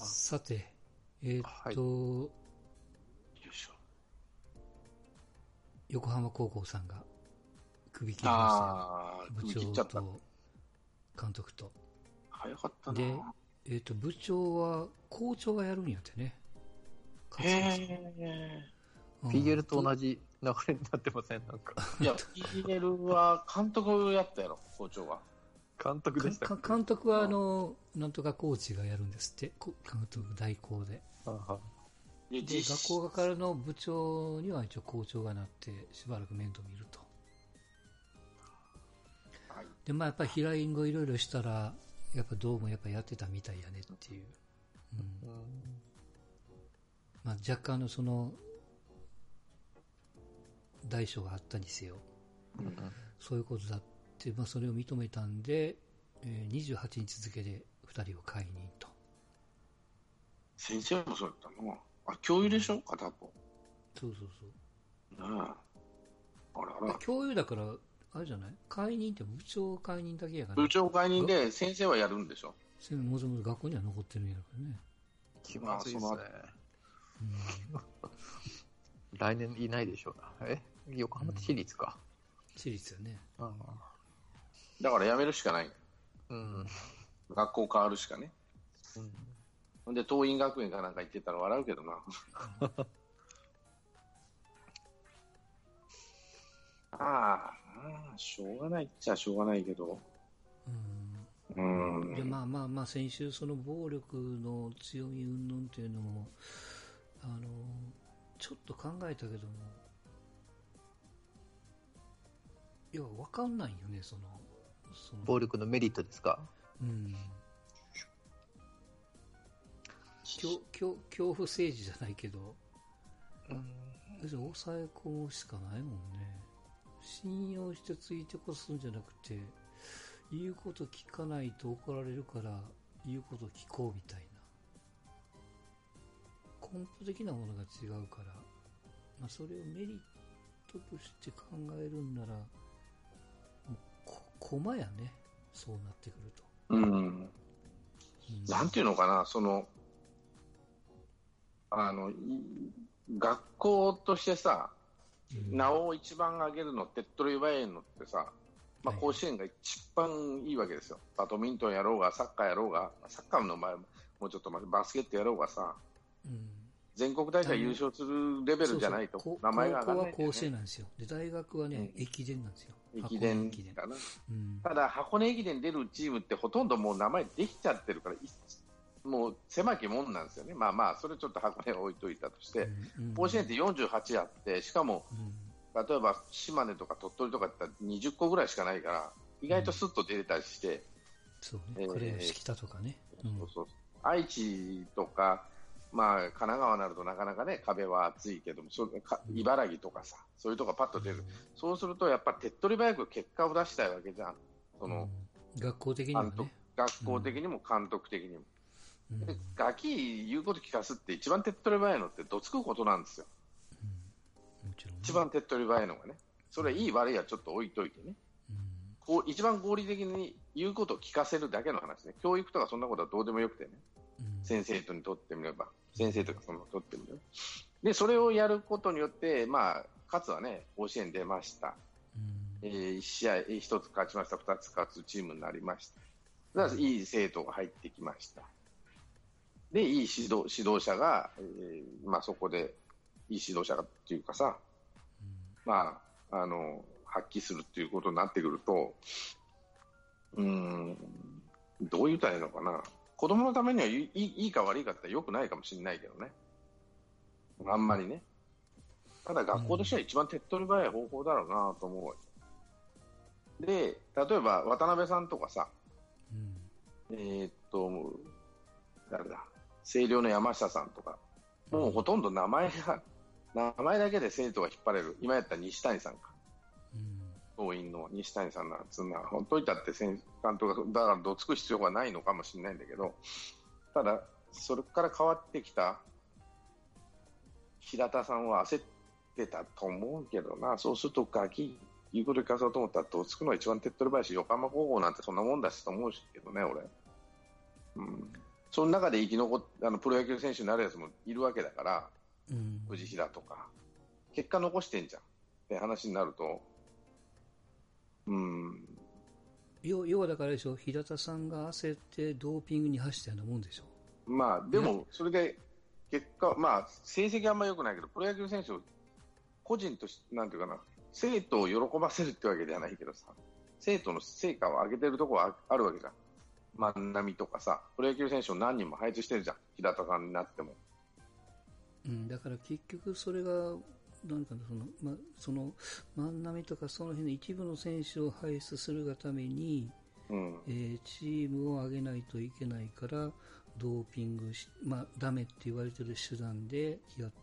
さて、 はい。よいしょ。 横浜高校さんが首切りましたよ。部首切っちゃった。 長と監督と。 早かったで、 な。 部長は校長がやるんやってね。 へえ。 PL と同じ流れになってません？なんか。 いや、PL は監督やったやろ、校長は。 監督でしたっけ？ 監督はなんとかコーチがやるんですって。監督代行で。で、学校側からの部長には一応校長がなってしばらく面倒見ると。 はい、 で、まあやっぱりヒライングいろいろしたら、やっぱどうもやっぱやってたみたいやねっていう。まあ若干のその、代償があったにせよ。そういうことだって、まあそれを認めたんで、28日付で2人を解任と。 先生もそうだったの？あ、教諭でしょ？片方。 そうそうそう。 あら。 教諭だから、あれじゃない？解任って部長解任だけやから。 部長解任で先生はやるんでしょ？ 先生もともと学校には残ってるんやからね。 気まずいですね。来年いないでしょうな。横浜って私立か。 私立よね。 だから辞めるしかない。学校変わるしかね。で、桐蔭学園かなんか行ってたら笑うけどな。しょうがないっちゃしょうがないけど。 で、まあ、先週その暴力の強み云々っていうのも、ちょっと考えたけども、いや、わかんないよね、その暴力のメリットですか？ 恐怖政治じゃないけど、抑え込むしかないもんね。信用してついてこすんじゃなくて、言うこと聞かないと怒られるから言うこと聞こうみたいな根本的なものが違うから、まあ、それをメリットとして考えるんならもう駒やね、そうなってくると。 なんていうのかな、学校としてさ、名を一番上げるの、手っ取り早いのってさ、まあ、甲子園が一番いいわけですよ。バドミントンやろうが、サッカーやろうが、サッカーの前もうちょっと前、バスケットやろうがさ、全国大会優勝するレベルじゃないと名前が上がらない、ね。 高校は甲子園なんですよ。で、大学はね、駅伝なんですよ。 駅伝かな。ただ、箱根駅伝出るチームってほとんどもう名前できちゃってるから、もう狭きもんなんですよね。まあまあ、それちょっと箱根を置いといたとして、甲子園って48あって、しかも、例えば島根とか鳥取とかって20個ぐらいしかないから、意外とスッと出れたりして、 そうね、呉敷田とかね。 そう愛知とか、まあ、神奈川になるとなかなかね、壁は厚いけども、茨城とかさ、そういうとこパッと出る。そうすると、やっぱ手っ取り早く結果を出したいわけじゃん。 学校的にもね。 学校的にも監督的にも。ガキ言うこと聞かすって一番手っ取り早いのってどつくことなんですよ。 もちろんね、 一番手っ取り早いのがね。それはいい悪いはちょっと置いといてね。一番合理的に言うことを聞かせるだけの話ね。教育とかそんなことはどうでもよくてね。先生とにとってみれば。先生とかそのとってみれば。で、それをやることによって、まあ、勝つはね、甲子園出ました。1試合、1つ勝ちました、2つ勝つチームになりました。だからいい生徒が入ってきました。で、いい指導者が、まあそこで、いい指導者がっていうかさ、まあ、発揮するっていうことになってくると、どう言ったらいいのかな。子供のためにはいいか悪いかって良くないかもしれないけどね。あんまりね。ただ学校としては一番手っ取り早い方法だろうなと思う。で、例えば渡辺さんとかさ、誰だ、星稜の山下さんとか、もうほとんど名前だけで生徒が引っ張れる。今やったら西谷さんか。桐蔭の西谷さんなんつうのは、本当にだって監督だからどつく必要がないのかもしれないんだけど、ただ、それから変わってきた平田さんは焦ってたと思うけどな。そうするとガキ言うこと聞かそうと思ったらどつくのが一番手っ取り早いし、横浜高校なんてそんなもんだしと思うしけどね、俺。 その中で生き残っプロ野球選手になるやつもいるわけだから、藤平とか、結果残してんじゃんって話になると、 要はだからあれでしょ、平田さんが焦ってドーピングに走ったようなもんでしょ。 まあでもそれで結果、まあ成績あんま良くないけど、プロ野球選手を個人としてなんていうかな、生徒を喜ばせるってわけではないけどさ、生徒の成果を上げてるところはあるわけじゃん。万波とかさ、プロ野球選手を何人も輩出してるじゃん、平田さんになっても。 だから結局それがなんかその万波とかその辺の一部の選手を輩出するがために、チームを上げないといけないからドーピングダメって言われてる手段でやって、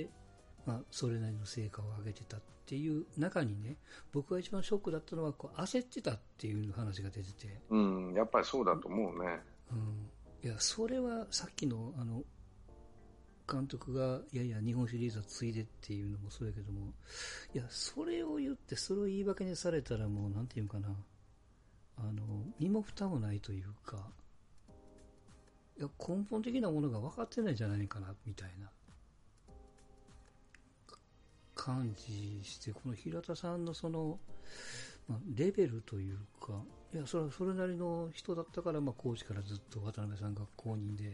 それなりの成果を上げてたっていう中にね、僕が一番ショックだったのは焦ってたっていう話が出てて、 やっぱりそうだと思うね。 いやそれはさっきの監督がいやいや日本シリーズはついでっていうのもそうやけども、いやそれを言ってそれを言い訳にされたらもうなんていうかな、身も蓋もないというか、いや根本的なものが分かってないんじゃないかなみたいな感じして、この平田さんのその、レベルというか、いやそれはそれなりの人だったから、コーチからずっと渡辺さんが公認で、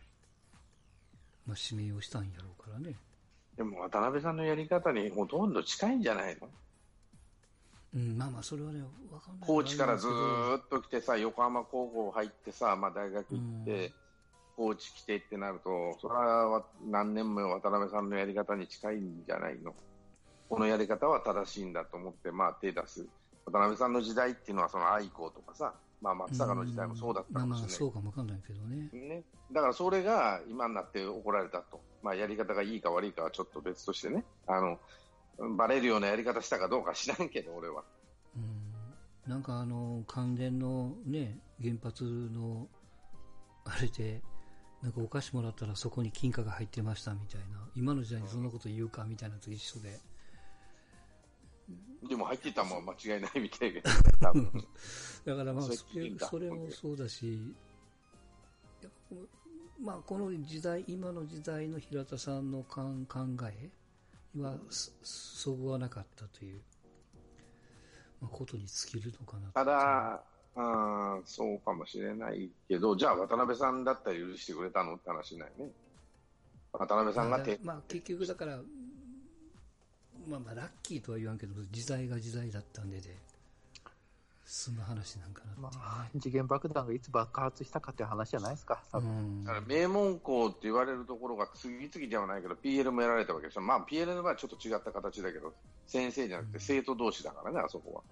指名をしたんやろうからね。 でも渡辺さんのやり方にほとんど近いんじゃないの？ それはね、分かんない。 コーチからずーっと来てさ、横浜高校入ってさ、大学行って、コーチ来てってなると、それは何年も渡辺さんのやり方に近いんじゃないの？このやり方は正しいんだと思って、手出す。渡辺さんの時代っていうのは、その愛子とかさ、松坂の時代もそうだったかもしれない。 そうかもわかんないけどね。 だからそれが今になって怒られたと。やり方がいいか悪いかはちょっと別としてね。バレるようなやり方したかどうか知らんけど、俺は。 なんか関連のね、原発の、あれで、なんかお菓子もらったらそこに金貨が入ってましたみたいな。今の時代にそんなこと言うかみたいなのと一緒で。 でも入ってたもん間違いないみたいな。 だからそれもそうだし、この時代、今の時代の平田さんの考えはそぐわなかったという、ことに尽きるのかな。 ただ、そうかもしれないけど、じゃあ渡辺さんだったら許してくれたのって話ないね。渡辺さんが結局だから、ラッキーとは言わんけど、時代が時代だったんで済む話なんかなっていうね。 時限爆弾がいつ爆発したかっていう話じゃないですか、多分。 だから名門校って言われるところが次々ではないけど PL もやられたわけですよ。PL の場合はちょっと違った形だけど、先生じゃなくて生徒同士だからね、あそこ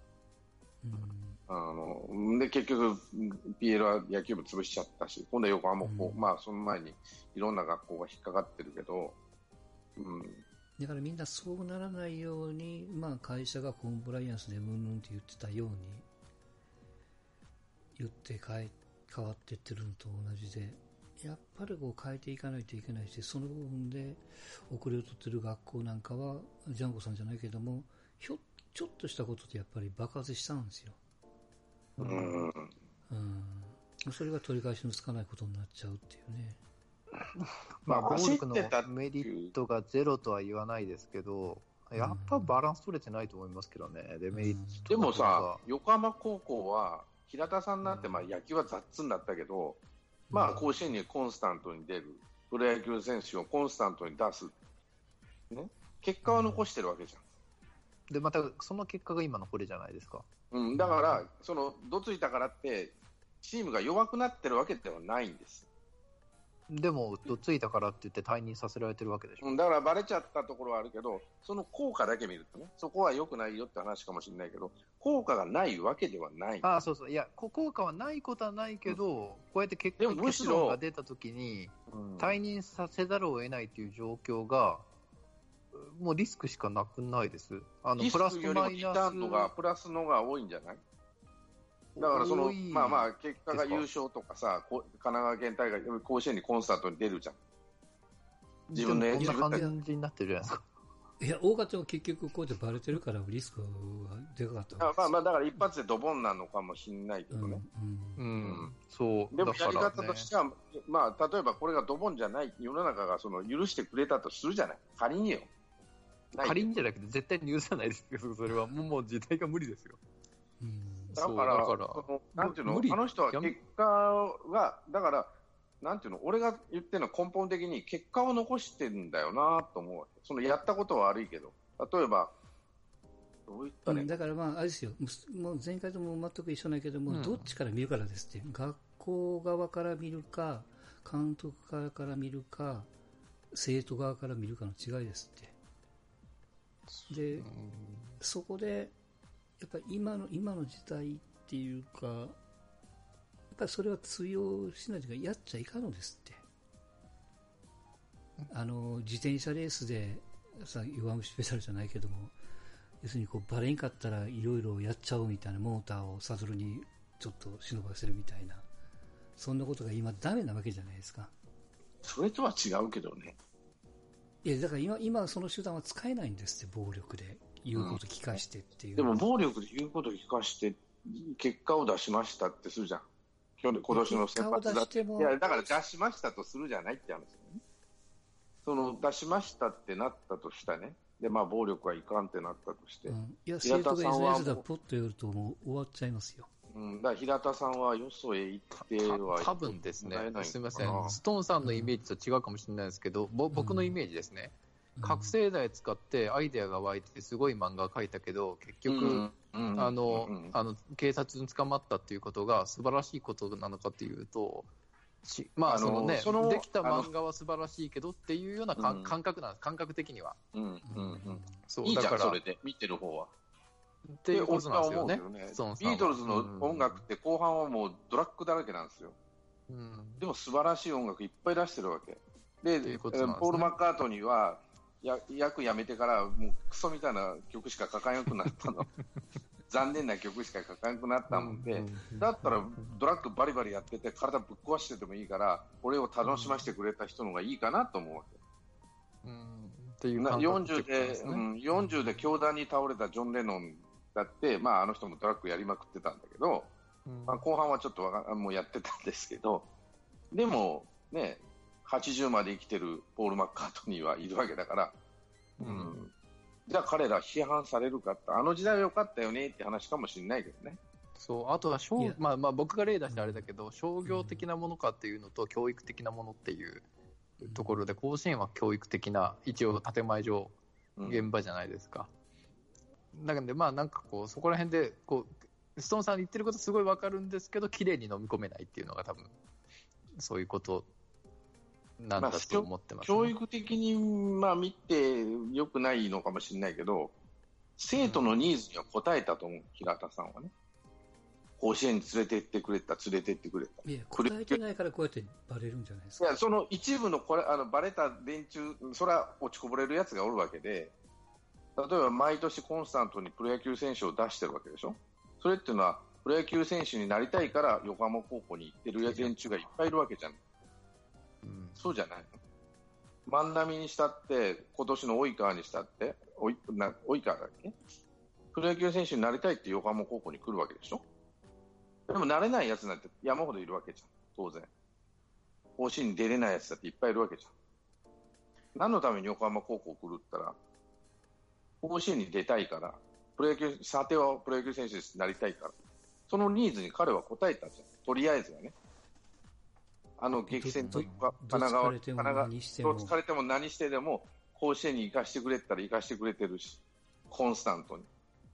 は。で結局 PL は野球部潰しちゃったし、今度は横浜高校、その前にいろんな学校が引っかかってるけど、 だからみんなそうならないように、会社がコンプライアンスでうんぬんって言ってたように言って変わっていってるのと同じで、やっぱり変えていかないといけないし、その部分で遅れを取ってる学校なんかはジャンゴさんじゃないけども、ちょっとしたことでやっぱり爆発したんですよ。それが取り返しのつかないことになっちゃうっていうね。 暴力のメリットがゼロとは言わないですけど、やっぱバランス取れてないと思いますけどね、デメリット。 でもさ、横浜高校は平田さんになって野球は雑になったけど、甲子園にコンスタントに出る、プロ野球選手をコンスタントに出す、結果は残してるわけじゃん。 でまたその結果が今のこれじゃないですか。 だからどついたからってチームが弱くなってるわけではないんです。 でもどついたからって言って退任させられてるわけでしょ。 だからバレちゃったところはあるけど、その効果だけ見るとね、そこは良くないよって話かもしれないけど、効果がないわけではない。 そう、いや効果はないことはないけど、こうやって結論が出たときに、退任させざるを得ないという状況がもうリスクしかなくないです。 プラスとマイナスがプラスのが多いんじゃない？だから結果が優勝とかさ、神奈川県大会甲子園にコンスタントに出るじゃん。 自分のこんな感じになってるじゃないですか。 いや、大方は結局こうやってバレてるからリスクはでかかったわけです。 まあだから一発でドボンなのかもしれないけどね。そう。でもやり方としては、まあ例えばこれがドボンじゃない、世の中がその許してくれたとするじゃない。仮によ。 仮にじゃなくて絶対に許さないですけど、それはもう時代が無理ですよ。 だからなんていうの、あの人は結果が、だから、なんていうの、俺が言ってるのは根本的に結果を残してるんだよなと思うわけ。そのやったことは悪いけど、例えば、どういったね。 だからまあ、あれですよ、もう前回とも全く一緒ないけども、どっちから見るからですって、学校側から見るか、監督側から見るか、生徒側から見るかの違いですって。で、そこで、やっぱり今の時代っていうか、やっぱりそれは通用しないというか、やっちゃいかんのですって。自転車レースで、弱虫ペダルじゃないけども、要するにこうバレんかったらいろいろやっちゃおうみたいな、モーターをサドルにちょっと忍ばせるみたいな、そんなことが今ダメなわけじゃないですか。 それとは違うけどね。 いや、だから今その手段は使えないんですって、暴力で言うこと聞かしてっていう。 でも暴力で言うこと聞かして結果を出しましたってするじゃん。今年の先発だって。いや、だから出しましたとするじゃないって話ですよね。その出しましたってなったとしたね。で、まあ暴力はいかんってなったとして。 いや、生徒が SNS でポッと寄るともう終わっちゃいますよ。 だから平田さんはよそへ行っては多分ですね、すみません、ストーンさんのイメージと違うかもしれないですけど、僕のイメージですね、覚醒剤使ってアイデアが湧いてすごい漫画を描いたけど、結局、警察に捕まったっていうことが素晴らしいことなのかっていうと、まあそのね、できた漫画は素晴らしいけどっていうような感覚なんです、感覚的には。 そういいじゃん、それで見てる方は。 っていうことなんですよね。 ビートルズの音楽って後半はもうドラッグだらけなんですよ。でも素晴らしい音楽いっぱい出してるわけ。で、ポール・マッカートニーは役やめてからもうクソみたいな曲しか書かなくなったの。残念な曲しか書かなくなったもんで、だったらドラッグバリバリやってて体ぶっ壊しててもいいから、俺を楽しませてくれた人の方がいいかなと思うわけ。40で凶弾に倒れたジョン・レノンだって、まあ、あの人もドラッグやりまくってたんだけど、まあ、後半はちょっともうやってたんですけど、でもね、80まで生きてるポール・マッカートニーはいるわけだから、じゃあ彼ら批判されるかって、あの時代は良かったよねって話かもしれないけどね。 そう、あとはまあ僕が例出してあれだけど、商業的なものかっていうのと教育的なものっていうところで、甲子園は教育的な一応建前上現場じゃないですか。なのでまあなんかこうそこら辺でこうストーンさん言ってることすごいわかるんですけど、綺麗に飲み込めないっていうのが多分そういうことなんだと思ってますね。 教育的にまあ見て良くないのかもしれないけど、生徒のニーズには応えたと思う、平田さんはね。甲子園に連れてってくれた。いや、 応えてないからこうやってバレるんじゃないですか。 いや、その一部のバレた連中、それは落ちこぼれるやつがおるわけで、例えば毎年コンスタントにプロ野球選手を出してるわけでしょ。それっていうのはプロ野球選手になりたいから横浜高校に行ってる連中がいっぱいいるわけじゃん。そうじゃないの。万波にしたって今年の及川にしたって及川だっけ、プロ野球選手になりたいって横浜高校に来るわけでしょ。でもなれないやつなんて山ほどいるわけじゃん、当然。甲子園に出れないやつだっていっぱいいるわけじゃん。何のために横浜高校来るったら、甲子園に出たいから、さてはプロ野球選手になりたいから、そのニーズに彼は応えたじゃん、とりあえずはね。激戦というか、神奈川、どつかれても何してでも、甲子園に行かしてくれたら行かしてくれてるし、コンスタントに。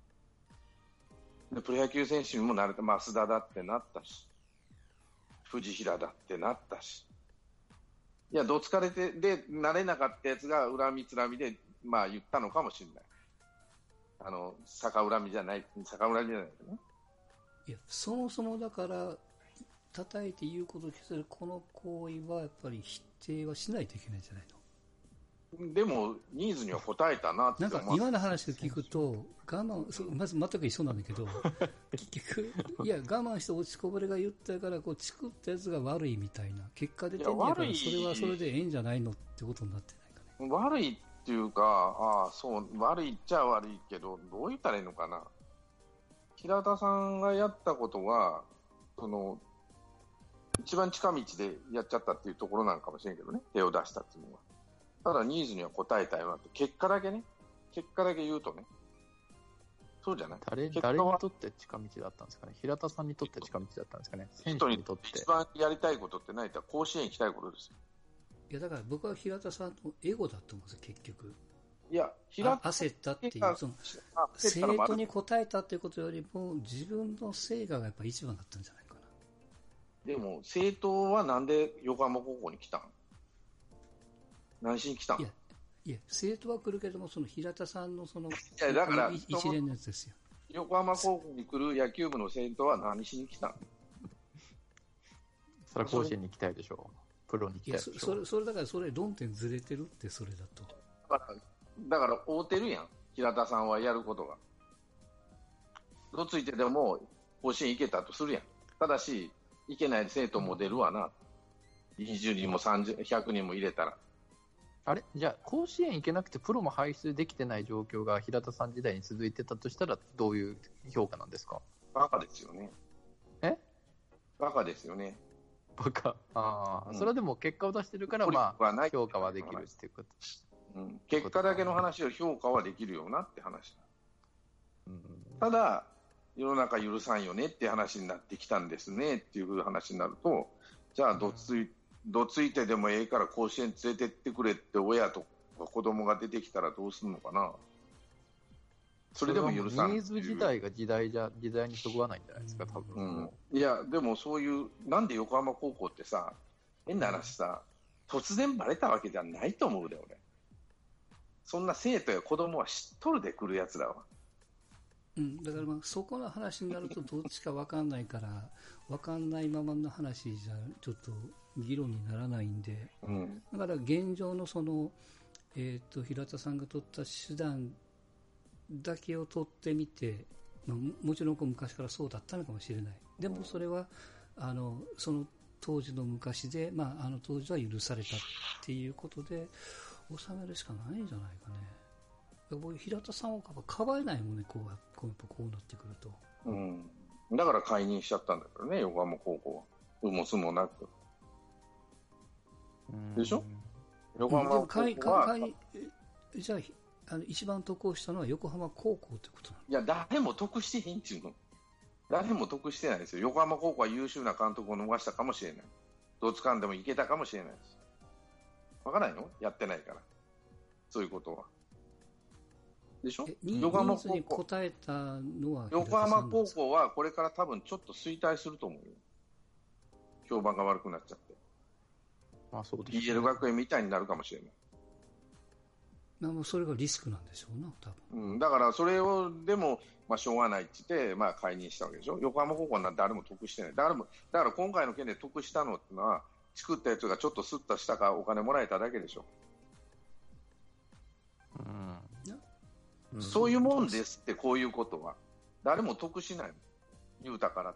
でプロ野球選手にもなれた、増田だってなったし、藤平だってなったし、いや、どつかれて、で、なれなかったやつが恨みつらみで、まあ言ったのかもしれない。逆恨みじゃないけどね。 いや、そもそもだから、叩いて言うことをするこの行為はやっぱり否定はしないといけないんじゃないの。でもニーズには応えたなってなんか今の話を聞くとまず全く一緒なんだけど結局いや我慢して落ちこぼれが言ったからこうチクったやつが悪いみたいな結果出てんやからそれはそれでええんじゃないのってことになってないかね。 悪いっっていうか、悪いっちゃ悪いけど、どう言ったらいいのかな。平田さんがやったことが、一番近道でやっちゃったっていうところなのかもしれんけどね、手を出したっていうのは。ただニーズには応えたよなって、結果だけ言うとね。そうじゃない？ 誰にとって近道だったんですかね。平田さんにとって近道だったんですかね。選手にとって。 一番やりたいことって何か甲子園行きたいことですよ。 いや、だから僕は平田さんのエゴだと思うんですよ、結局。 いや、 焦ったっていう、生徒に応えたっていうことよりも、自分の成果がやっぱ一番だったんじゃないかな。 でも、生徒はなんで横浜高校に来たん？何しに来たん？ いや、生徒は来るけども、その平田さんのいや、だから一連のやつですよ。 横浜高校に来る野球部の生徒は何しに来たん？ それは甲子園に行きたいでしょう。プロに行きたいでしょう。 それだから、それ論点ずれてるって、それだと。 だから、合うてるやん、平田さんはやることが。どついてでも甲子園行けたとするやん。ただし、行けない生徒も出るわな。20人も100人も入れたら。 あれじゃあ、甲子園行けなくてプロも輩出できてない状況が平田さん時代に続いてたとしたら、どういう評価なんですか？ バカですよね。バカですよね。 バカ。それはでも結果を出してるから、まあ、評価はできるっていうこと。 結果だけの話を評価はできるよなって話。ただ、世の中許さんよねって話になってきたんですねっていう話になると、じゃあどついてでもええから甲子園連れてってくれって親とか子供が出てきたらどうするのかな。それでも許さん。 ニーズ自体が時代にそぐわないんじゃないですか、多分。 いや、でもそういう、なんで横浜高校ってさ、変な話さ、突然バレたわけじゃないと思うで、俺。そんな生徒や子供は知っとるで来るやつだわ。 だからそこの話になるとどっちか分かんないから、分かんないままの話じゃちょっと議論にならないんで、だから現状の平田さんが取った手段だけを取ってみて、もちろん昔からそうだったのかもしれない。でもそれはその当時の昔で、当時は許されたっていうことで収めるしかないんじゃないかね。平田さんをかばえないもんね、こうなってくると。 だから解任しちゃったんだけどね、横浜高校は。もすもなく。でしょ？横浜高校は。 じゃあ、一番得をしたのは横浜高校ってことなの？ いや、誰も得してへんっていうの。誰も得してないですよ。横浜高校は優秀な監督を逃したかもしれない。どうつかんでもいけたかもしれないです。わからないの？やってないから。そういうことは。でしょ？ 横浜高校に応えたのは横浜高校はこれから多分ちょっと衰退すると思うよ。評判が悪くなっちゃって。 そうですね。 BL 学園みたいになるかもしれない。 それがリスクなんでしょうな、多分。 だからそれをでも、しょうがないって言って、解任したわけでしょ。横浜高校は誰も得してない。だから今回の件で得したのってのは、作ったやつがちょっとスッとしたかお金もらえただけでしょ。そういうもんですって、こういうことは。誰も得しない。言うたからって。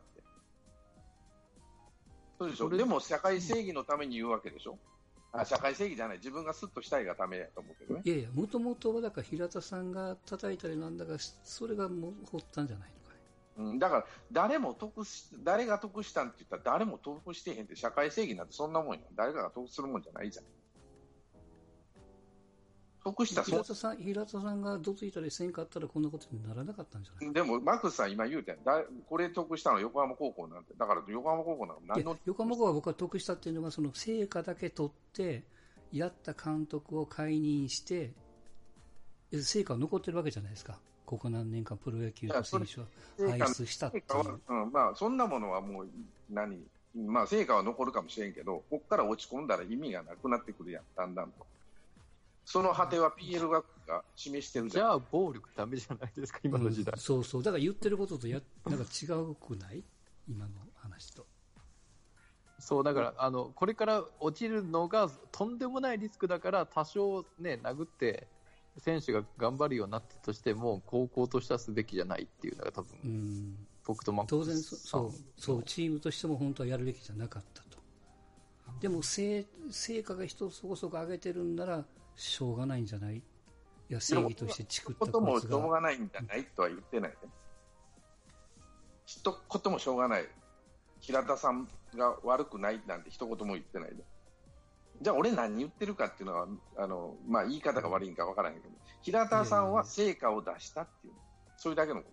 そうでしょ。でも社会正義のために言うわけでしょ。社会正義じゃない。自分がスッとしたいがためやと思うけどね。 いや、もともとはだから平田さんが叩いたりなんだか、それがもう発端じゃないのかね。 だから誰が得したんって言ったら誰も得してへんって、社会正義なんてそんなもんや。誰かが得するもんじゃないじゃん。得した平田さんがどついたりせんかったらこんなことにならなかったんじゃない？ でもマックスさん今言うてん、これ得したのは横浜高校なんて。だから横浜高校なんか何の横浜高校は僕は得したっていうのは、その成果だけ取ってやった監督を解任して成果は残ってるわけじゃないですか。ここ何年間プロ野球の選手は輩出したっていう。 そんなものはもう成果は残るかもしれんけど、ここから落ち込んだら意味がなくなってくるやん、だんだんと。その果ては PL 学が示してるじゃあ暴力ダメじゃないですか、今の時代。 そうだから言ってることとなんか違うくない？今の話と。 そうだからこれから落ちるのがとんでもないリスクだから、多少ね殴って選手が頑張るようになったとしても高校としてはすべきじゃないっていうのが多分、僕とマックス当然そうチームとしても本当はやるべきじゃなかったと。でも成果がそこそこ上げてるんならしょうがないんじゃないっや正義としてチクったこともしょうがないんじゃないとは言ってないね。一言もしょうがない。平田さんが悪くないなんて一言も言ってないで。じゃあ俺何言ってるかっていうのはまあ、言い方が悪いんかわからないけど、平田さんは成果を出したっていう、それだけのこと。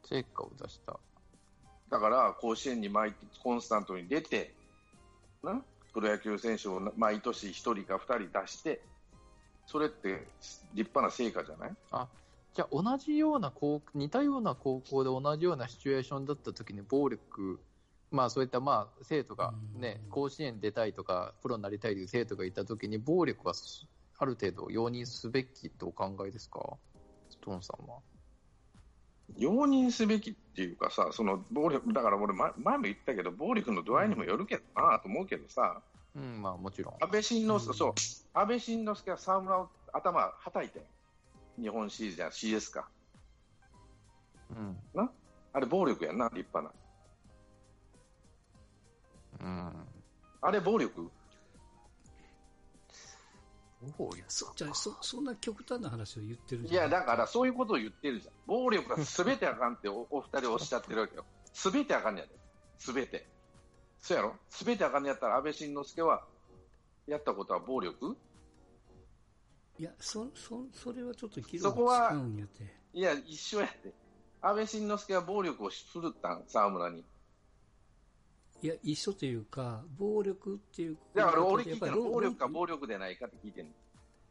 成果を出した。 だから甲子園にコンスタントに出て、プロ野球選手を毎年1人か2人出して、それって立派な成果じゃない？ じゃあ同じような似たような高校で同じようなシチュエーションだったときに暴力、そういった生徒が、甲子園出たいとかプロになりたいという生徒がいたときに暴力はある程度容認すべきとお考えですか、ストーンさんは。 容認すべきっていうかさ、その暴力だから俺前も言ったけど暴力の度合いにもよるけどなと思うけどさ、 もちろん安倍晋之助は沢村を頭はたいて日本シリーズじゃ CS か、あれ暴力やんな、立派な、あれ暴力じゃあそんな極端な話を言ってるんじゃん。いやだからそういうことを言ってるじゃん。暴力は全てあかんってお二人おっしゃってるわけよ。全てあかんやで、全て。そうやろ、全てあかんやったら安倍晋之助はやったことは暴力？ いやそれはちょっと議論が違うんやって。 いや一緒やで。安倍晋之助は暴力を振るったん、沢村に。 いや一緒というか暴力っていう。 だから俺聞いたの暴力か暴力でないかって聞いてんの。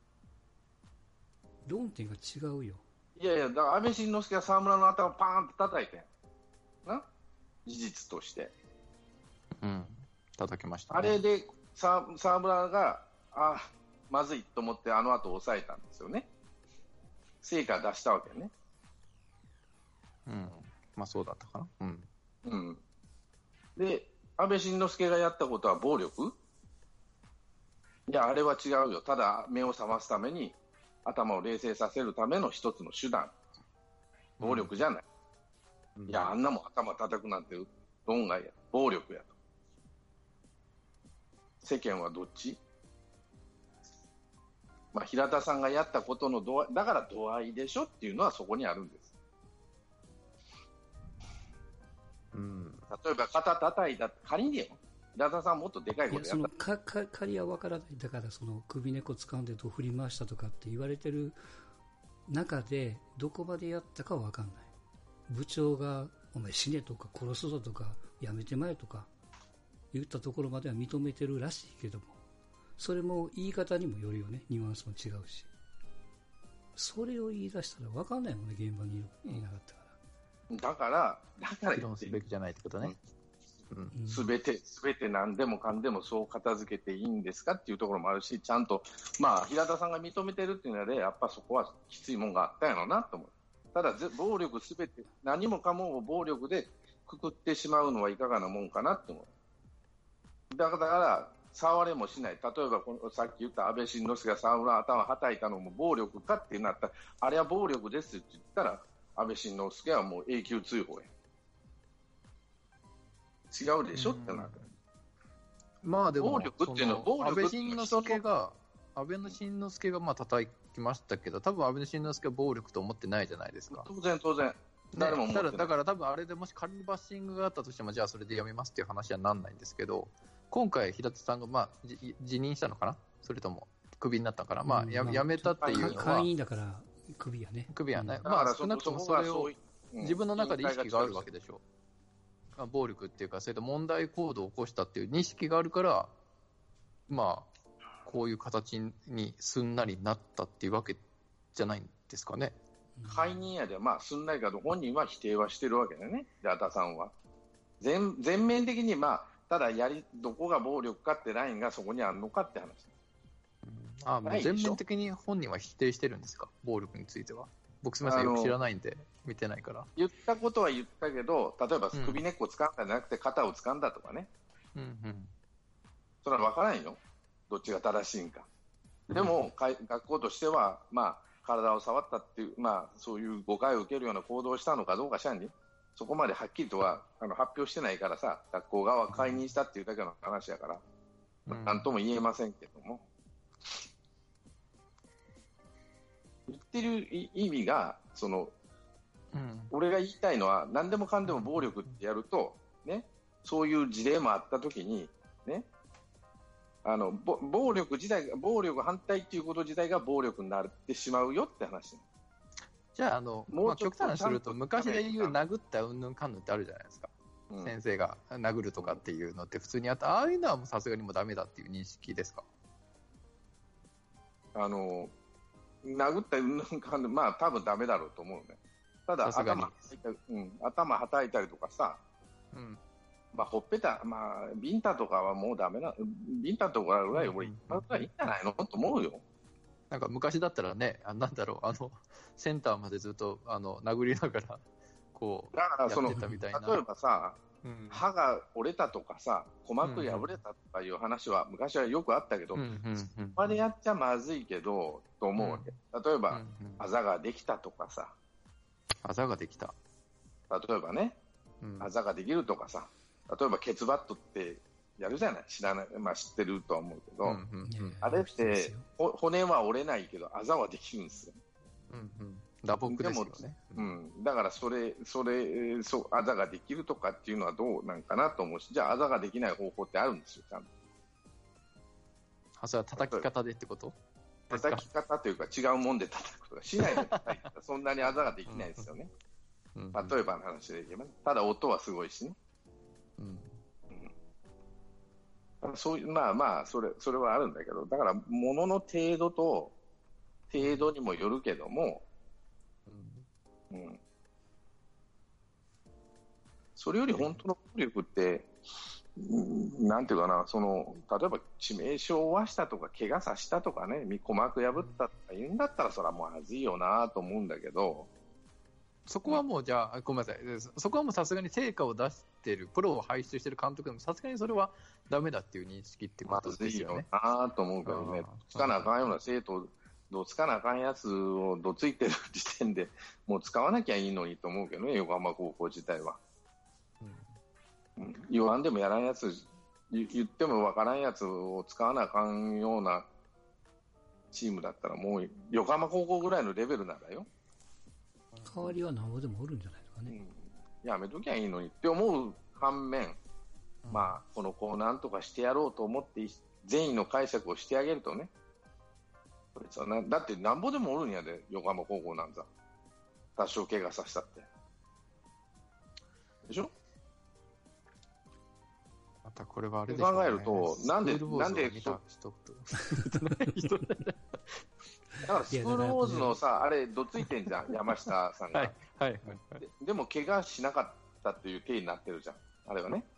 論点が違うよ。 いやだから安倍晋之助は沢村の頭をパーンと叩いてな、事実として。 叩きましたね。 あれで沢村がまずいと思ってあの後抑えたんですよね。成果出したわけね。 そうだったかな。 で安倍晋之助がやったことは暴力？いやあれは違うよ。ただ目を覚ますために頭を冷静させるための一つの手段。暴力じゃない。いやあんなもん頭叩くなんて論外や、暴力やと。世間はどっち？平田さんがやったことの度合いだから度合いでしょっていうのはそこにあるんです。例えば肩叩いた仮によ、平田さんもっとでかいことやった。 仮は分からない。だからその首根っこ掴んでどう振り回したとかって言われてる中でどこまでやったかは分かんない。部長がお前死ねとか殺すぞとかやめてまえとか言ったところまでは認めてるらしいけども、それも言い方にもよるよね。ニュアンスも違うし、それを言い出したら分かんないもんね、現場にいなかったから。だから議論すべきじゃないってことね。 すべて何でもかんでもそう片付けていいんですかっていうところもあるし、ちゃんと平田さんが認めてるっていうのでやっぱそこはきついもんがあったんやろうなと思う。ただ暴力すべて何もかもを暴力でくくってしまうのはいかがなもんかなって思う。だから触れもしない。例えばさっき言った安倍晋之助が沢村の頭をはたいたのも暴力かってなったら、あれは暴力ですって言ったら安倍晋之助はもう永久追放や。違うでしょってなる。 でも暴力っていうのは暴力安倍晋之助が叩きましたけど、多分安倍晋之助は暴力と思ってないじゃないですか。 当然誰も思ってない。 だから多分あれでもし仮にバッシングがあったとしても、じゃあそれでやめますっていう話はなんないんですけど、今回平田さんが辞任したのかな、それともクビになったから、やめたっていうのは会員だからクビやね。 少なくともそれを自分の中で意識があるわけでしょ。暴力っていうか、それと問題行動を起こしたっていう認識があるから、こういう形にすんなりなったっていうわけじゃないんですかね。 解任やですんなりかと本人は否定はしてるわけだよね、平田さんは。全面的にただどこが暴力かってラインがそこにあるのかって話。 もう全面的に本人は否定してるんですか、暴力については。僕すみません、よく知らないんで見てないから。 言ったことは言ったけど、例えば首根っこ掴んだんじゃなくて肩を掴んだとかね、それは分からんよ、どっちが正しいんか。でも、学校としては、体を触ったっていう、そういう誤解を受けるような行動をしたのかどうかしらに、そこまではっきりとは発表してないからさ、学校側は解任したっていうだけの話やから、なんとも言えませんけども。 ってる意味が俺が言いたいのは何でもかんでも暴力ってやると、ね、そういう事例もあったときに、ね、暴力反対っていうこと自体が暴力になってしまうよって話。 じゃあ、もう極端にすると昔で言う殴ったうんぬんかんぬんってあるじゃないですか、先生が殴るとかっていうのって普通にあった、ああいうのはさすがにもうダメだっていう認識ですか？ 殴ったうんぬんかんぬん、まあ多分ダメだろうと思うね。ただ頭はたいたりとかさ、まあ、ほっぺた、まあ、ビンタとかはもうダメな、ビンタとかぐらい俺、今ぐらいいいんじゃないのと思うよ。 なんか昔だったらね、なんだろう、センターまでずっと殴りながら、こう、 だからやってたみたいな。 例えばさ、歯が折れたとかさ、鼓膜破れたとかいう話は昔はよくあったけど、そこまでやっちゃまずいけど、と思うわけ。例えば、あざができたとかさ。 あざができた。 例えばね、あざができるとかさ。例えばケツバットってやるじゃない、まあ、知ってるとは思うけど、あれって骨は折れないけどあざはできるんですよ。 打撲ですよね。 だからあざができるとかっていうのはどうなんかなと思うし、じゃああざができない方法ってあるんですよ、ちゃんと。 それは叩き方でってこと？ 叩き方というか違うもんで叩くとかしないで叩いたらそんなにあざができないですよね。例えばの話で言えば、ただ音はすごいしね。そういうまあそれはあるんだけど、だから物の程度にもよるけども、それより本当の暴力って、なんていうかな、例えば致命傷を負わしたとか怪我させたとかね、鼓膜破ったとか言うんだったらそれはもうまずいよなと思うんだけど、 そこはもうじゃあごめんなさい、そこはもうさすがに成果を出しているプロを輩出している監督でもさすがにそれはダメだっていう認識ってことですよね。 まずいよなと思うけどね、つかなあかんような生徒つかなあかんやつをどついてる時点でもう使わなきゃいいのにと思うけどね、横浜高校自体は。言わんでもやらんやつ、言ってもわからんやつを使わなあかんようなチームだったらもう横浜高校ぐらいのレベルならよ、 代わりは何ぼでもおるんじゃないですかね。 やめときゃいいのにって思う反面、まあこの子をなんとかしてやろうと思って善意の解釈をしてあげるとね、だってなんぼでもおるんやで、横浜高校なんざ多少怪我させたってでしょ。 またこれはあれでしょうね、 考えるとなんでだからスクールウォーズのさ、あれどついてんじゃん山下さんがでも怪我しなかったっていう体になってるじゃん、あれはね。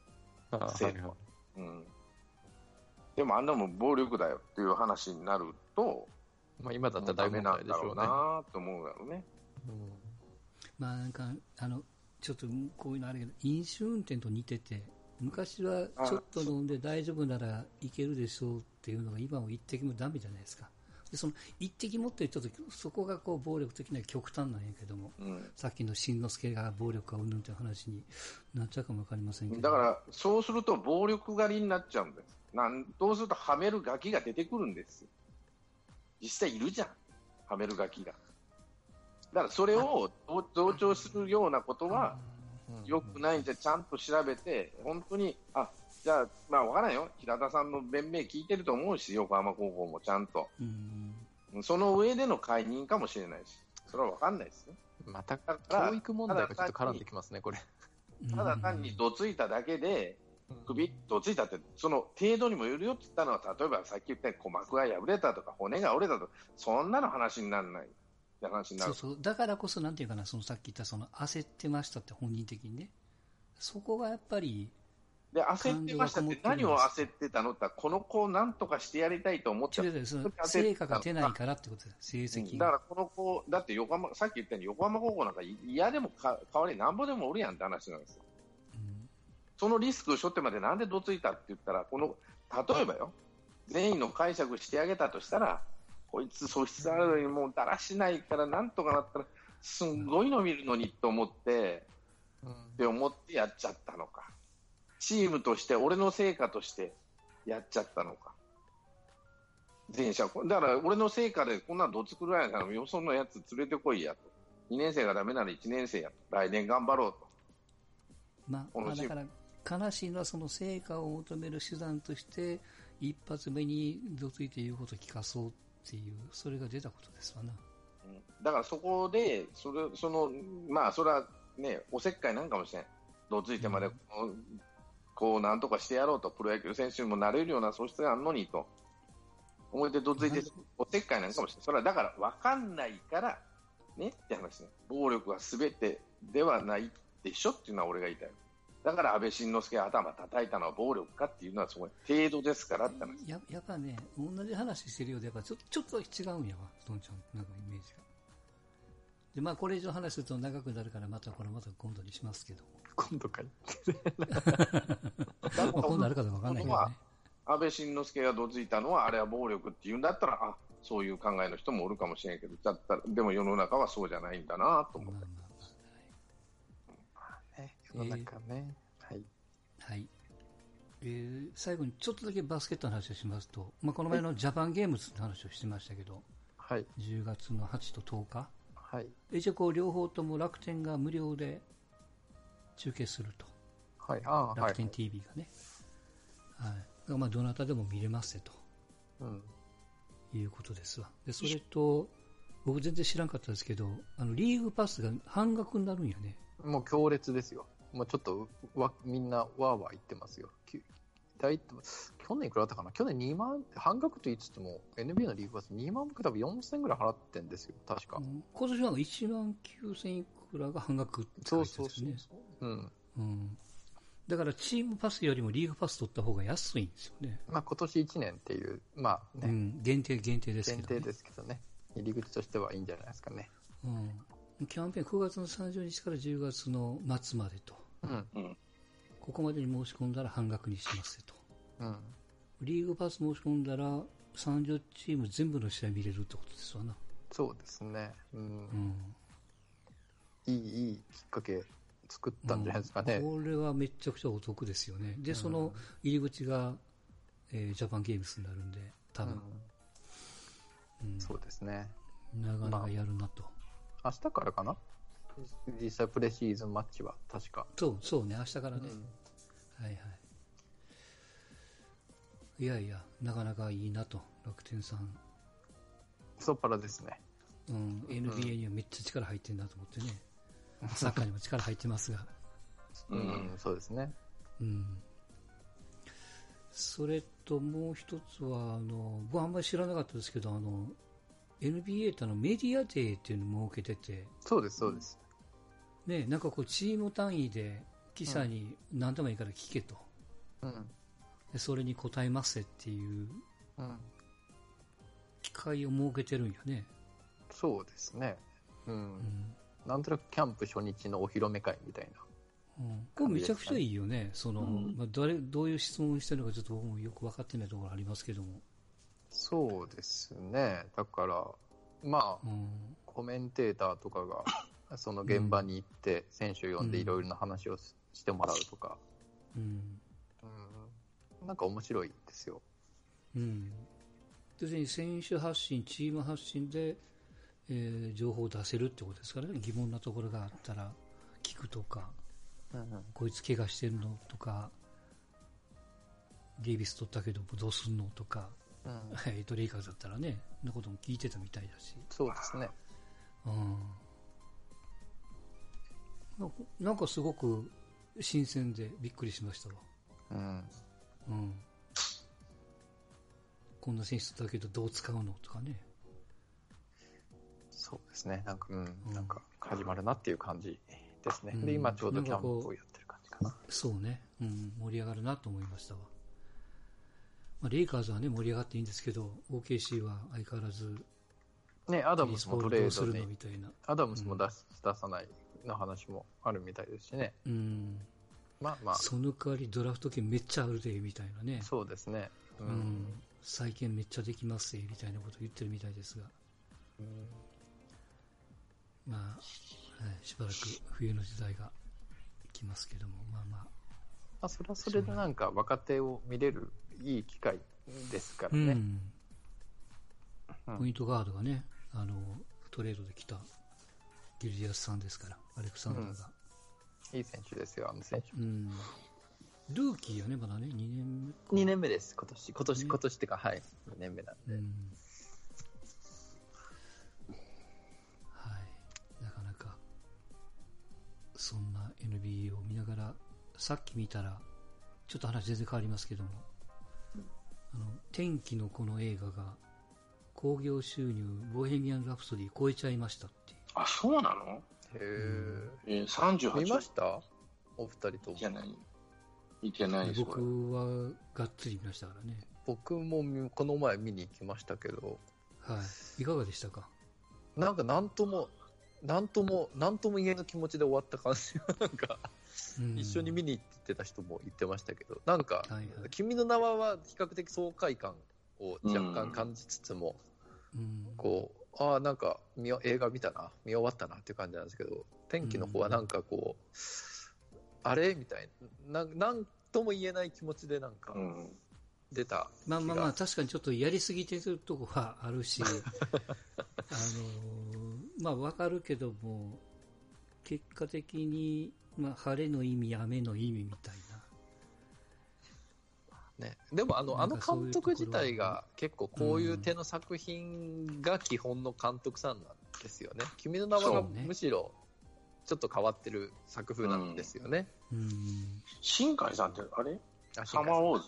でもあんなもん暴力だよっていう話になると、 まあ今だったらダメなんだろうなと思うだろうね。 まあなんかちょっとこういうのあるけど、飲酒運転と似てて、昔はちょっと飲んで大丈夫ならいけるでしょうっていうのが今も一滴もダメじゃないですか。でその一滴持ってる人とそこがこう暴力的な極端なんやけども、さっきの新之助が暴力がうんぬんという話になっちゃうかも分かりませんけど、 だからそうすると暴力狩りになっちゃうんです。どうするとはめるガキが出てくるんです。実際いるじゃん、はめるガキが。だからそれを同調するようなことは良くないんで、ちゃんと調べて、本当にじゃあまあ分からんよ、平田さんの弁明聞いてると思うし、横浜高校もちゃんとその上での解任かもしれないし、それは分かんないですよ。 また教育問題がちょっと絡んできますね、これ。 ただ単にどついただけでどついたってその程度にもよるよって言ったのは、例えばさっき言ったように鼓膜が破れたとか骨が折れたとか、そんなの話にならない話になる。 そうだからこそなんていうかな、さっき言った焦ってましたって本人的にね、そこがやっぱりで焦ってましたって何を焦ってたのって、この子をなんとかしてやりたいと思ってた。 成果が出ないからってことです、成績だからこの子だってさっき言ったように横浜高校なんか嫌でも代わりなんぼでもおるやんって話なんですよ。そのリスクを背負ってまでなんでどついたって言ったら、例えばよ、善意の解釈してあげたとしたら、こいつ素質あるのにもうだらしないからなんとかなったらすんごいの見るのにと思ってやっちゃったのか、チームとして俺の成果としてやっちゃったのか、 前者。だから俺の成果でこんなのどつくるやからよそのやつ連れてこいやと。2年生がダメなら1年生やと。来年頑張ろうと。 だから悲しいのはその成果を求める手段として一発目にどついて言うことを聞かそうっていうそれが出たことですわな。 だからそこでまあそれはねおせっかいなんかもしれん。どついてまでこうなんとかしてやろうとプロ野球選手にもなれるような素質があるのにと思ってどついておせっかいなんかもしれん。それはだから分かんないからねって話ね。暴力は全てではないでしょっていうのは俺が言いたい。だから安倍晋之助が頭叩いたのは暴力かっていうのはそこ程度ですからって話。 やっぱね同じ話してるようでやっぱちょっと違うんやわどんちゃんなんかイメージが。でまあこれ以上話すると長くなるからまた今度にしますけど。 今度かい。 今度あるかどうかわかんないけどね。 安倍晋之助がどついたのはあれは暴力っていうんだったらそういう考えの人もおるかもしれんけどだったらでも世の中はそうじゃないんだなと思って。 世の中ね。はい。 はい。最後にちょっとだけバスケットの話をしますと、まあ、この前のジャパンゲームズの話をしてましたけど、 はい、 10月の8と10日、 はい、 一応両方とも楽天が無料で中継すると、 はい、 楽天 TV がね、はいまあ、どなたでも見れますと、いうことですわ。でそれと僕全然知らんかったですけどリーグパスが半額になるんやね。 もう強烈ですよ。もうちょっとみんなわーわー言ってますよ。去年いくらだったかな。去年2万半額と言いつつも NBA のリーグパス2万僕多分4000ぐらい払ってんですよ確か。 今年は1万9000いくらが半額って書いてますね。だからチームパスよりもリーグパス取った方が安いんですよね。 まあ今年1年っていうまあね、 限定ですけどね。 限定ですけどね。入り口としてはいいんじゃないですかね。 キャンペーン9月の30日から10月の末までと、ここまでに申し込んだら半額にしますと、リーグパス申し込んだら30チーム全部の試合見れるってことですわな。 そうですね、いいきっかけ作ったんじゃないですかね。 これはめちゃくちゃお得ですよね。でその入り口が、ジャパンゲームスになるんで多分、 そうですね。 なかなかやるなと。 明日からかな実際プレシーズンマッチは確か。 そうね明日からね、はいはい。いやいやなかなかいいなと楽天さん。 太っ腹ですね。 NBA にはめっちゃ力入ってるなと思ってね。サッカーにも力入ってますが。 そうですね。 それともう一つは僕あんまり知らなかったですけどNBA ってメディアデーっていうのを設けてて。 そうですそうです。 ね、なんかこうチーム単位で記者に何でもいいから聞けと、でそれに答えますっていう機会を設けてるんやね。 そうですね。なんとなくキャンプ初日のお披露目会みたいな、 これめちゃくちゃいいよね。どういう質問してるのかちょっと僕もよく分かってないところありますけども。 そうですね。だからまあ、コメンテーターとかがその現場に行って選手を呼んでいろいろな話をしてもらうとか、なんか面白いですよ。要するに選手発信、チーム発信で、 情報を出せるってことですからね。疑問なところがあったら聞くとか、こいつ怪我してるのとか、デイビス取ったけどどうすんのとか、レイカーズだったらね、そんなことも聞いてたみたいだし。 そうですね。 なんかすごく新鮮でびっくりしましたわ。こんな選手だけどどう使うのとかね。 そうですね。なんか始まるなっていう感じですね。で今ちょうどキャンプをやってる感じかな。 そうね。盛り上がるなと思いましたわ。レイカーズはね盛り上がっていいんですけど、OKC は相変わらずね、アダムスもトレードにみたいな、 アダムスも出さないの話もあるみたいですしね。まあその代わりドラフト権めっちゃあるでみたいなね。 そうですね。 再建めっちゃできますみたいなことを言ってるみたいですが、まあ、しばらく冬の時代が来ますけども、 それはそれでなんか若手を見れるいい機会ですからね。 ポイントガードがね、トレードで来たギルジアスさんですから、アレクサンダーが。 いい選手ですよ、あの選手。 ルーキーよね、まだね、2年目か。 2年目です、今年ってか、はい、2年目なんで。 はい、なかなか、そんな NBA を見ながら、さっき見たら、ちょっと話全然変わりますけども、天気のこの映画が、興行収入、ボヘミアン・ラプソディ超えちゃいましたっていう。 あ、そうなの？へえ。38。 見ました？お二人とも。 見てないです。 僕はがっつり見ましたからね。 僕もこの前見に行きましたけど。 はい。いかがでしたか？ なんかなんとも言えぬ気持ちで終わった感じがなんか、一緒に見に行ってた人も言ってましたけど、なんか、君の名は比較的爽快感を若干感じつつも、こう、なんか映画見終わったなっていう感じなんですけど、天気の方はなんかこう、あれみたいな、なんとも言えない気持ちでなんか出た。 まあ確かにちょっとやりすぎてるとこはあるし、まあわかるけども、結果的に、まあ晴れの意味、雨の意味みたいな。ね、でもあの監督自体が結構こういう手の作品が基本の監督さんなんですよね。君の名はむしろちょっと変わってる作風なんですよね。 新海さんってあれ？サマーウォーズ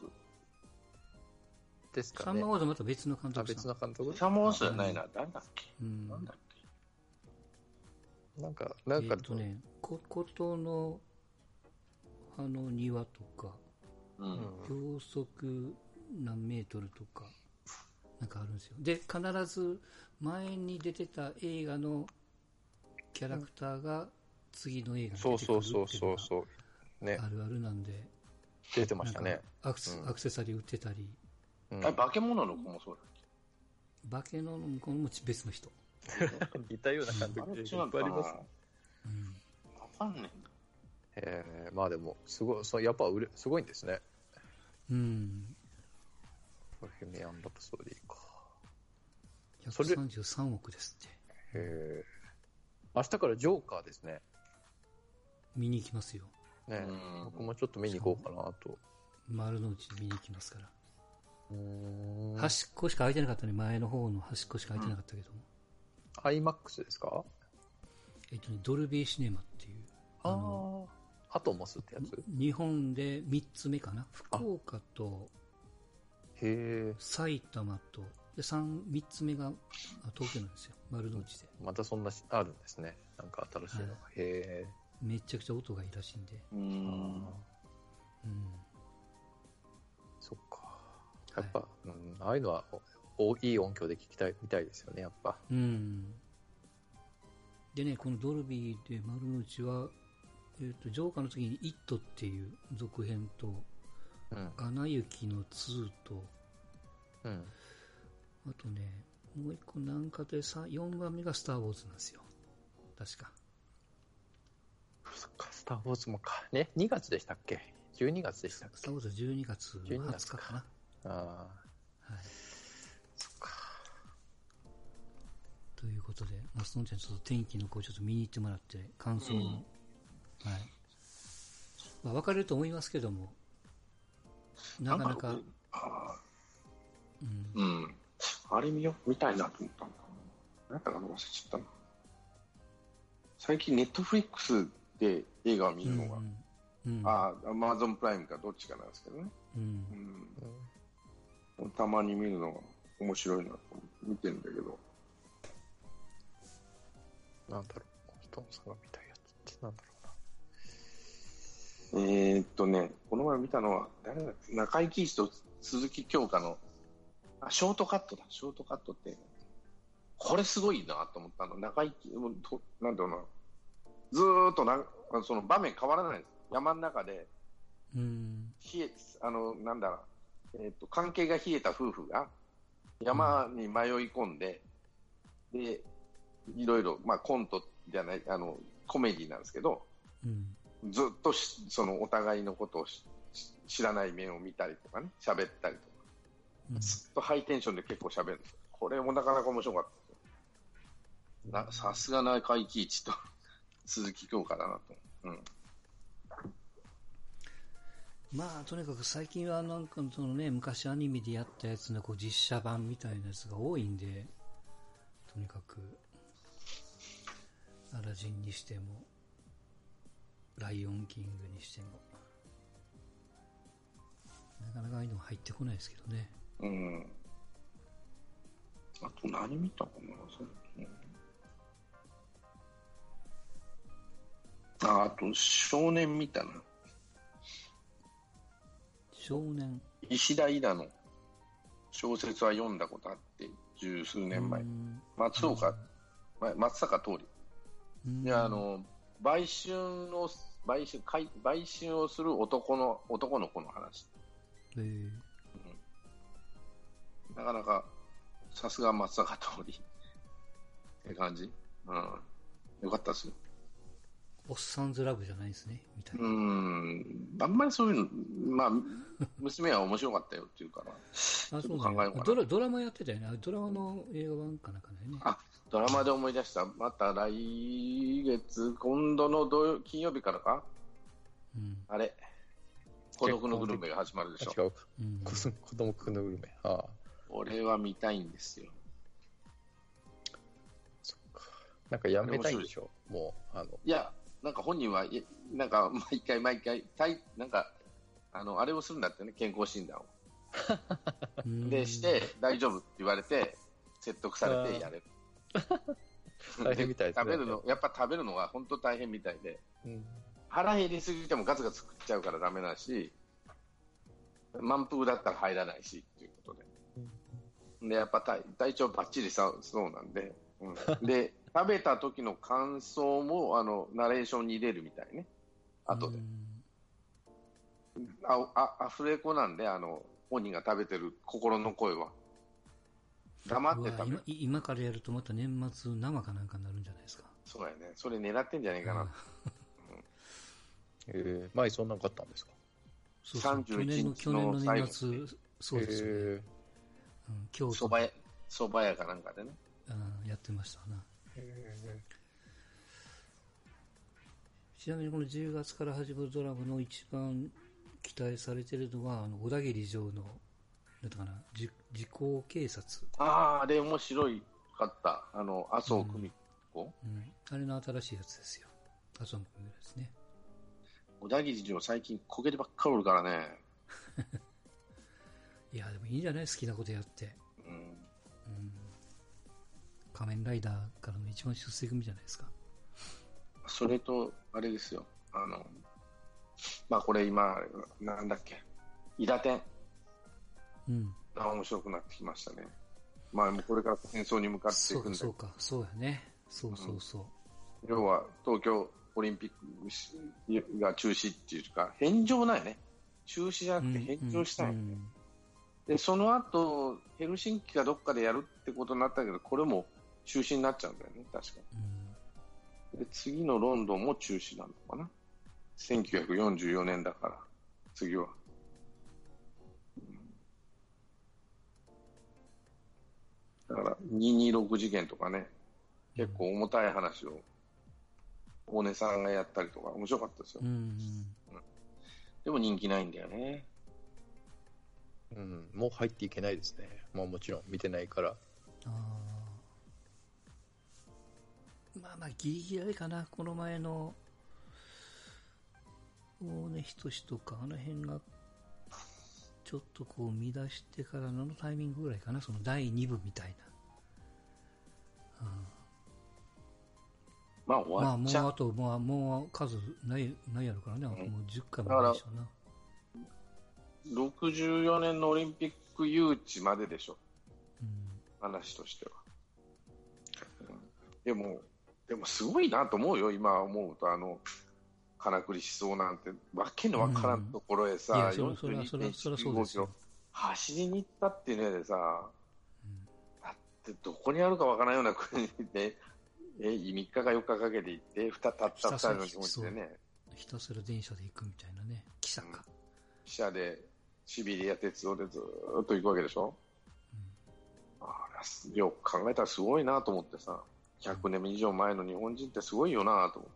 ですかね。 サマーウォーズはまた別の監督さん。 別の監督？ サマーウォーズじゃないな。誰だっけ？なんだっけ？ なんかね、ことの庭とか、秒速何メートルとか、なんかあるんですよ。で、必ず前に出てた映画のキャラクターが次の映画に出てくるっていうのがあるあるなんで、 出てましたね。 アクセサリー売ってたり。 化け物の子もそうだっけ？化け物の子も別の人。 似たような感じでいっぱいあります。 わかんねえ。まあでもすごいやっぱすごいんですね。ボヘミアン・ラプソディか。 133億ですって。 明日からジョーカーですね。 見に行きますよ。 ね、僕もちょっと見に行こうかなと。 丸の内で見に行きますから。端っこしか空いてなかったね。前の方の端っこしか空いてなかったけども。 IMAX ですか？ ドルビーシネマっていう。 アトモスってやつ？ 日本で3つ目かな。福岡と埼玉とで3つ目が東京なんですよ。丸の内で。 またそんなあるんですね。なんか新しいのが。 めちゃくちゃ音がいいらしいんで。 そっか。やっぱ、ああいうのはいい音響で見たいですよね、やっぱ。 でね、このドルビーで丸の内は、ジョーカーの次にイットっていう続編と、アナ雪の2と、あとね、もう一個なんかで4番目がスター・ウォーズなんですよ。確か。 そっか、スター・ウォーズもか。ね、2月でしたっけ？12月でしたっけ？ スター・ウォーズは12月20日かな。 はい。そっか。 ということで、そのちゃんちょっと天気の子をちょっと見に行ってもらって、感想を、分かれると思いますけども、なかなか、 あれ見たいなと思ったんだ。なんか忘れちゃったな。最近ネットフリックスで映画を見るのが、アマゾンプライムかどっちかなんですけどね。たまに見るのが面白いなと見てるんだけど。 なんだろう、ストーンさんが見たいやつってなんだろうな。この前見たのは、誰だっけ？中井貴一と鈴木京香の、ショートカットだ。ショートカットって、これすごいなと思ったの。中井貴一、なんだろうな。ずーっとその場面変わらないんです。山の中で、なんだろう、関係が冷えた夫婦が山に迷い込んで、で、いろいろ、コントじゃない、コメディなんですけど、ずっとそのお互いのことを知らない面を見たりとかね、喋ったりとか、ずっとハイテンションで結構喋るんですよ。 これもなかなか面白かった。さすが中井貴一と鈴木京香だなと。うん。 まあとにかく最近はなんかそのね、昔アニメでやったやつのこう実写版みたいなやつが多いんで、とにかくアラジンにしてもライオンキングにしてもなかなかああいうの入ってこないですけどね。 うん。あと何見たかな。あと少年見たな。 少年。 石田伊良の小説は読んだことあって、十数年前。松坂桃李。で、売春をする男の子の話。なかなか、さすが松坂桃李って感じ。うん。よかったっすよ。 おっさんずラブじゃないですね、みたいな。 あんまりそういうの、まあ、娘は面白かったよっていうから、 あ、そう考えようかな。ドラマやってたよね。ドラマの映画版かなんかだよね。 あ、ドラマで思い出した。また来月、今度の金曜日からか、あれ、孤独のグルメが始まるでしょ。 違うか。孤独のグルメ。ああ。 俺は見たいんですよ。 そっか。なんかやめたいんでしょ、もう。 いや、なんか本人は、なんか毎回、なんか、あれをするんだってね、健康診断を。で、して、大丈夫って言われて、説得されてやれる。 大変みたいですね。 やっぱ食べるのが本当大変みたいで、腹減りすぎてもガツガツ食っちゃうからダメだし、満腹だったら入らないしっていうことで。で、やっぱ体調バッチリそうなんで、で、食べた時の感想もナレーションに入れるみたいね、後で。アフレコなんで、本人が食べてる心の声は。黙って食べる。 今からやるとまた年末生かなんかになるんじゃないですか。 そうやね。それ狙ってんじゃないかな。 前そんなの買ったんですか。 そうそう、去年の年末、そうですよね。今日蕎麦屋かなんかでね。 やってましたな。ちなみにこの10月から始まるドラマの一番期待されているのは小田切城のなんだかな、時効警察。 あれ面白いかった。麻生久美子、 あれの新しいやつですよ。麻生久美子ですね。 小田切城最近焦げてばっかりおるからね。 いやでもいいんじゃない、好きなことやって。仮面ライダーからの一番出世組じゃないですか。 それとあれですよ。まあこれ今なんだっけ、伊達天。面白くなってきましたね。まあもうこれから戦争に向かっていくんだ。 そうか、そうやね。そう。 要は東京オリンピックが中止っていうか返上なんやね。中止じゃなくて返上したい、でその後ヘルシンキがどっかでやるってことになったけど、これも中止になっちゃうんだよね、確かに。で次のロンドンも中止なのかな。1944年だから次は。だから226事件とかね、結構重たい話を大根さんがやったりとか面白かったですよ。でも人気ないんだよね。 もう入っていけないですね。まあもちろん見てないから。 まあギリギリあれかな。この前の大根仁とかあの辺がちょっとこう見出してからのタイミングぐらいかな。その第2部みたいな。 まあ終わっちゃう。 もうあともう数ないやろからね。もう10回もないでしょうな。 64年のオリンピック誘致まででしょ、話としては。でもすごいなと思うよ、今思うと。金栗思想なんてわけのわからんところへさ、42.195キロ走りに行ったっていうのでさ、だってどこにあるかわからないような国で3日か4日かけて行ってたった2人の気持ちでね、 ひたすら電車で行くみたいなね。汽車でシビリア鉄道でずっと行くわけでしょ。あれはよく考えたらすごいなと思ってさ、100年以上前の日本人ってすごいよなと思って。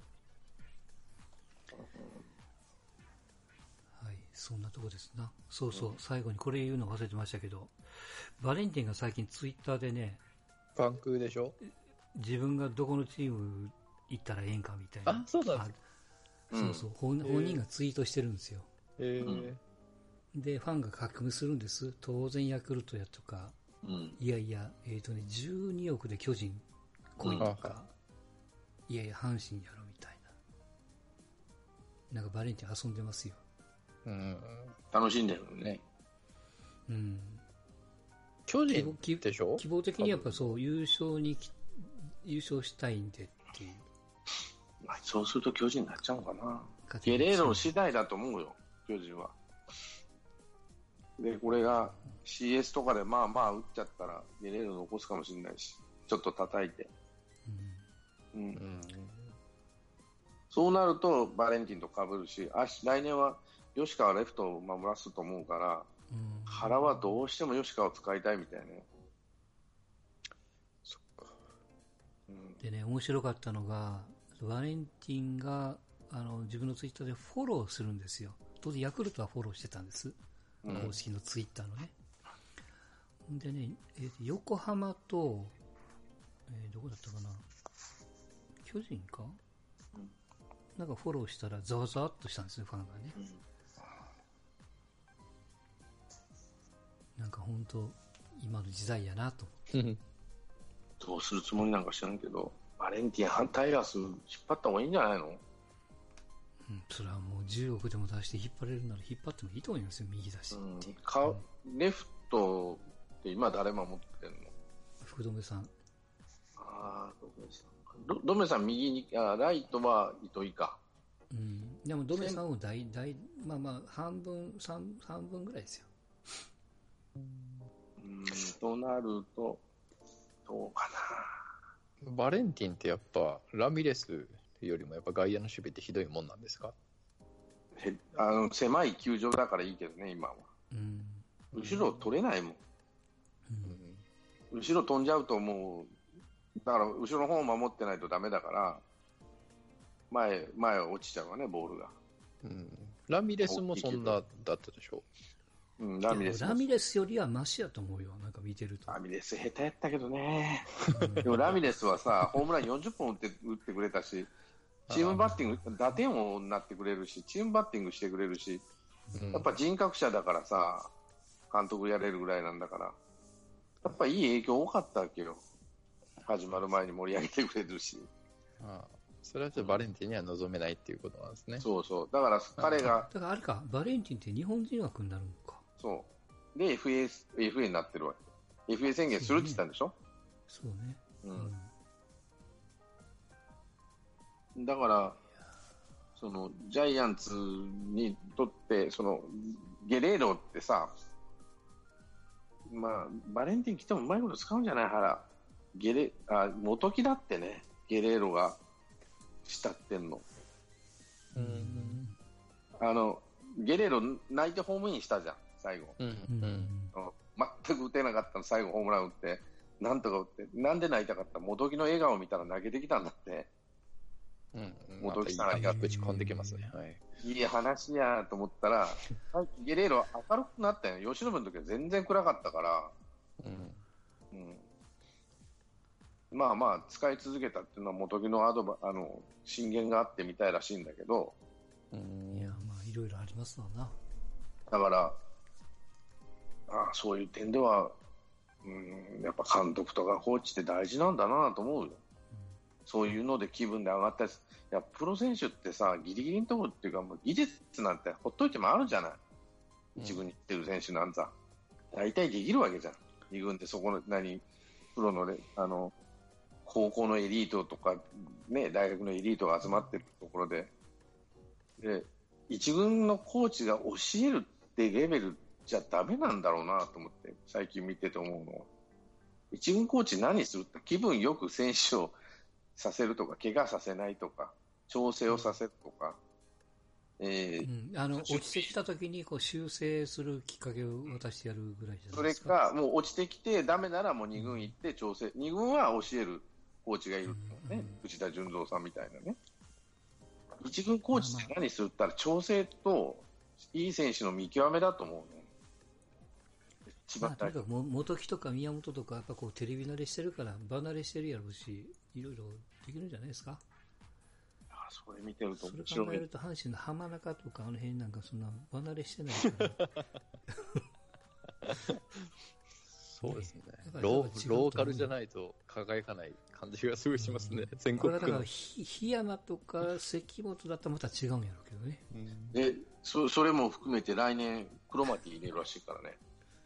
はい、そんなとこですな。そうそう、最後にこれ言うの忘れてましたけど、バレンティンが最近ツイッターでね、 パンクでしょ、 自分がどこのチーム行ったらええんかみたいな。 あ、そうなんです。 そうそう、本人がツイートしてるんですよ。で、ファンが書き込みするんです。当然ヤクルトやとか、いやいや、12億で巨人来いとか、いやいや、阪神やろみたいな。なんかバレンティン遊んでますよ。 楽しんでるね。 巨人でしょ？ 希望的にやっぱそう、優勝したいんでっていう。 そうすると巨人になっちゃうのかな。ゲレーロ次第だと思うよ、巨人は。で、これが CS とかでまあまあ打っちゃったらゲレーロ残すかもしれないし、ちょっと叩いて。そうなるとバレンティンと被るし、来年は吉川レフトを守らすと思うから、原はどうしても吉川を使いたいみたいね。 そっか。 でね、面白かったのが、バレンティンが自分のツイッターでフォローするんですよ。当然ヤクルトはフォローしてたんです。公式のツイッターのね。でね、横浜と、どこだったかな、巨人か、なんかフォローしたらざわざわっとしたんですね、ファンがね。なんか本当今の時代やなと思って。 どうするつもりなんか知らんけど、バレンティン反対ラス引っ張った方がいいんじゃないの？ それはもう10億でも出して引っ張れるなら引っ張ってもいいと思いますよ、右だし。 レフトって今誰守ってんの？ 福留さん。 ドメさん右に、ライトは糸井か。 でもドメさんもまあまあ半分ぐらいですよ。 となるとどうかな。バレンティンってやっぱラミレスよりもやっぱ外野の守備ってひどいもんなんですか？ 狭い球場だからいいけどね、今は。後ろ取れないもん。後ろ飛んじゃうともう、だから後ろの方を守ってないとダメだから、前落ちちゃうわね、ボールが。 ラミレスもそんなだったでしょ？ ラミレスよりはマシやと思うよ、なんか見てると。 ラミレス下手やったけどね。でもラミレスはさ、ホームラン40本打ってくれたし、チームバッティング、打点王になってくれるし、チームバッティングしてくれるし、やっぱ人格者だからさ、監督やれるぐらいなんだから、やっぱいい影響多かったわけよ。始まる前に盛り上げてくれるし。 それはちょっとバレンティンには望めないっていうことなんですね。 そうそう。だから彼が。 だからあれか、バレンティンって日本人枠になるのか。 そう。で、FA になってるわけ。FA 宣言するって言ったんでしょ？ そうね。 だから、ジャイアンツにとって、ゲレーロってさ、まあ、バレンティン来てもうまいこと使うんじゃない原。元木だってね、ゲレーロが慕ってんの。ゲレーロ泣いてホームインしたじゃん、最後。全く打てなかったの、最後ホームラン打って、なんとか打って、なんで泣いたかったら、元木の笑顔を見たら泣けてきたんだって。 元木さんがぶち込んできますね。 いい話やと思ったら、ゲレーロ明るくなったよ。由伸の時は全然暗かったから、まあまあ使い続けたっていうのは元木の進言があってみたいらしいんだけど、 いやまあいろいろありますわな。 だからそういう点では、やっぱ監督とかコーチって大事なんだなと思うよ。そういうので気分で上がったり、プロ選手ってさ、ギリギリのところっていうか、もう技術なんてほっといてもあるじゃない。一軍に行ってる選手なんざ大体できるわけじゃん。二軍ってそこのプロの高校のエリートとかね、大学のエリートが集まってるところで、一軍のコーチが教えるってレベルじゃダメなんだろうなと思って最近見てて思うのは、一軍コーチ何するって気分よく選手をさせるとか、怪我させないとか、調整をさせるとか、 落ちてきたときにこう修正するきっかけを渡してやるぐらいじゃそれないですか。 か、もう落ちてきて、ダメならもう2軍行って調整、2軍は教えるコーチがいるね、藤田純三さんみたいなね。1軍コーチって何するって言ったら、調整といい選手の見極めだと思うね。 とにかく元木とか宮本とか、やっぱこうテレビ慣れしてるから、離れしてるやろうし、いろいろできるんじゃないですか。 それ見てると面白い。 それ考えると、阪神の浜中とかあの辺なんかそんな離れしてないからそうですね。ローカルじゃないと輝かない感じがすごいしますね。全国区の。 これはだから檜山とか関本だったらまた違うんやろうけどね。 で、それも含めて来年クロマティ入れるらしいからね。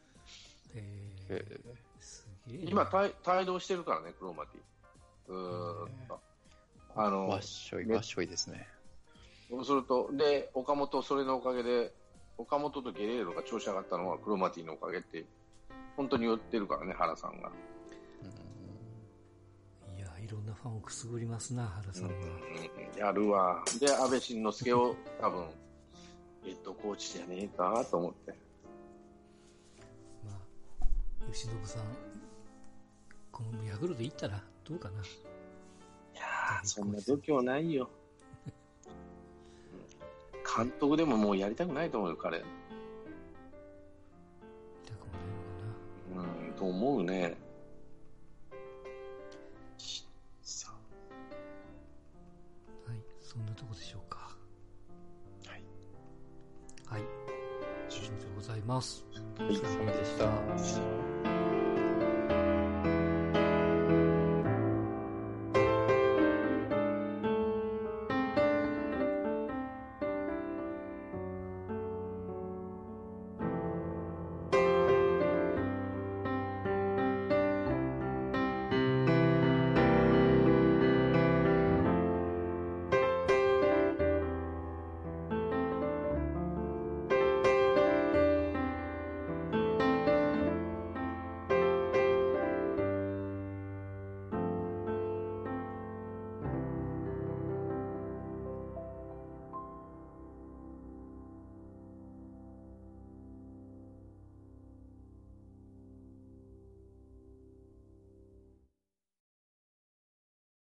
すげえ。 今帯同してるからね、クロマティ。 わっしょいですね。 そうすると、で、岡本、それのおかげで、岡本とゲレーロが調子上がったのはクロマティのおかげって、本当に言ってるからね、原さんが。 いや、いろんなファンをくすぐりますな、原さんは。 やるわ。で、安倍晋之助を多分、ヘッドコーチじゃねえかと思って。 まあ、由伸さん、このヤクルト行ったらどうかな。 いやー、そんな度胸ないよ。監督でももうやりたくないと思うよ、彼。 痛くもないのかな。 と思うね。 はい、そんなとこでしょうか。はい。はい。以上でございます。 お疲れ様でした。